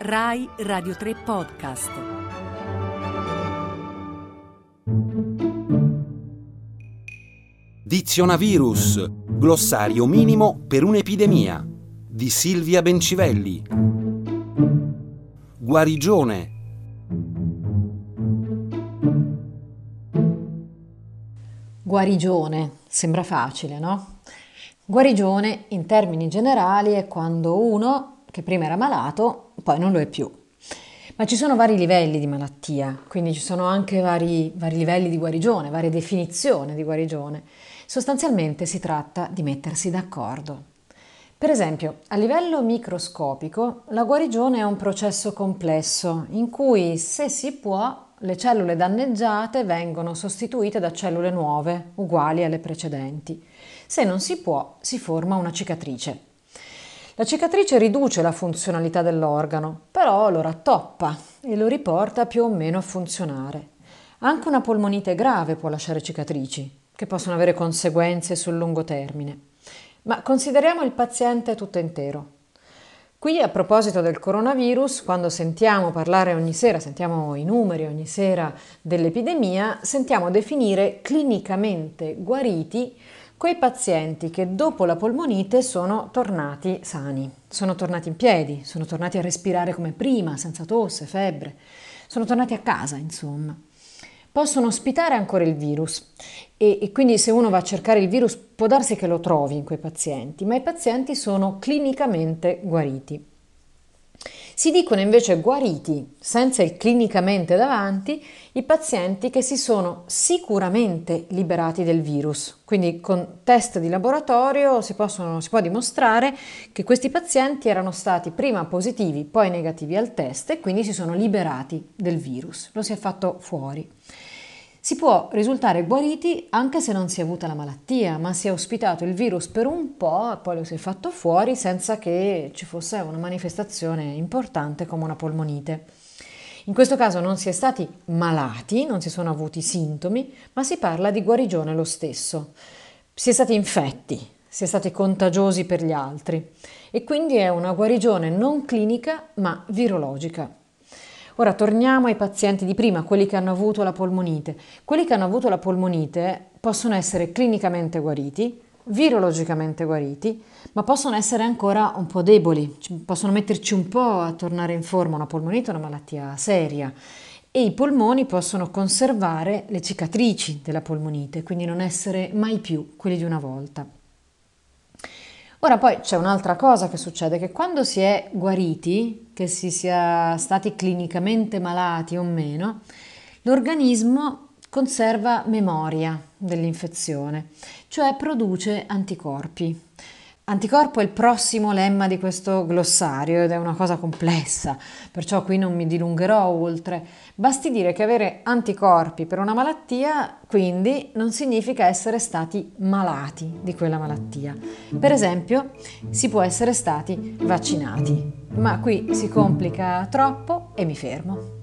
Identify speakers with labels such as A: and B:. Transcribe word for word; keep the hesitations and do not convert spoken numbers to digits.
A: Rai Radio tre Podcast.
B: Dizionavirus, glossario minimo per un'epidemia, di Silvia Bencivelli. Guarigione.
C: Guarigione, sembra facile, no? Guarigione, in termini generali, è quando uno, che prima era malato, poi non lo è più. Ma ci sono vari livelli di malattia, quindi ci sono anche vari, vari livelli di guarigione, varie definizioni di guarigione. Sostanzialmente si tratta di mettersi d'accordo. Per esempio, a livello microscopico, la guarigione è un processo complesso in cui, se si può, le cellule danneggiate vengono sostituite da cellule nuove, uguali alle precedenti. Se non si può, si forma una cicatrice. La cicatrice riduce la funzionalità dell'organo, però lo rattoppa e lo riporta più o meno a funzionare. Anche una polmonite grave può lasciare cicatrici, che possono avere conseguenze sul lungo termine. Ma consideriamo il paziente tutto intero. Qui, a proposito del coronavirus, quando sentiamo parlare ogni sera, sentiamo i numeri ogni sera dell'epidemia, sentiamo definire clinicamente guariti quei pazienti che dopo la polmonite sono tornati sani, sono tornati in piedi, sono tornati a respirare come prima, senza tosse, febbre, sono tornati a casa, insomma. Possono ospitare ancora il virus e, e quindi se uno va a cercare il virus può darsi che lo trovi in quei pazienti, ma i pazienti sono clinicamente guariti. Si dicono invece guariti, senza il clinicamente davanti, i pazienti che si sono sicuramente liberati del virus. Quindi con test di laboratorio si, possono, si può dimostrare che questi pazienti erano stati prima positivi, poi negativi al test e quindi si sono liberati del virus. Lo si è fatto fuori. Si può risultare guariti anche se non si è avuta la malattia, ma si è ospitato il virus per un po' e poi lo si è fatto fuori senza che ci fosse una manifestazione importante come una polmonite. In questo caso non si è stati malati, non si sono avuti sintomi, ma si parla di guarigione lo stesso. Si è stati infetti, si è stati contagiosi per gli altri e quindi è una guarigione non clinica ma virologica. Ora torniamo ai pazienti di prima, quelli che hanno avuto la polmonite. Quelli che hanno avuto la polmonite possono essere clinicamente guariti, virologicamente guariti, ma possono essere ancora un po' deboli, possono metterci un po' a tornare in forma. Una polmonite è una malattia seria e i polmoni possono conservare le cicatrici della polmonite, quindi non essere mai più quelli di una volta. Ora poi c'è un'altra cosa che succede, che quando si è guariti, che si sia stati clinicamente malati o meno, l'organismo conserva memoria dell'infezione, cioè produce anticorpi. Anticorpo è il prossimo lemma di questo glossario ed è una cosa complessa, perciò qui non mi dilungherò oltre. Basti dire che avere anticorpi per una malattia, quindi, non significa essere stati malati di quella malattia. Per esempio, si può essere stati vaccinati, ma qui si complica troppo e mi fermo.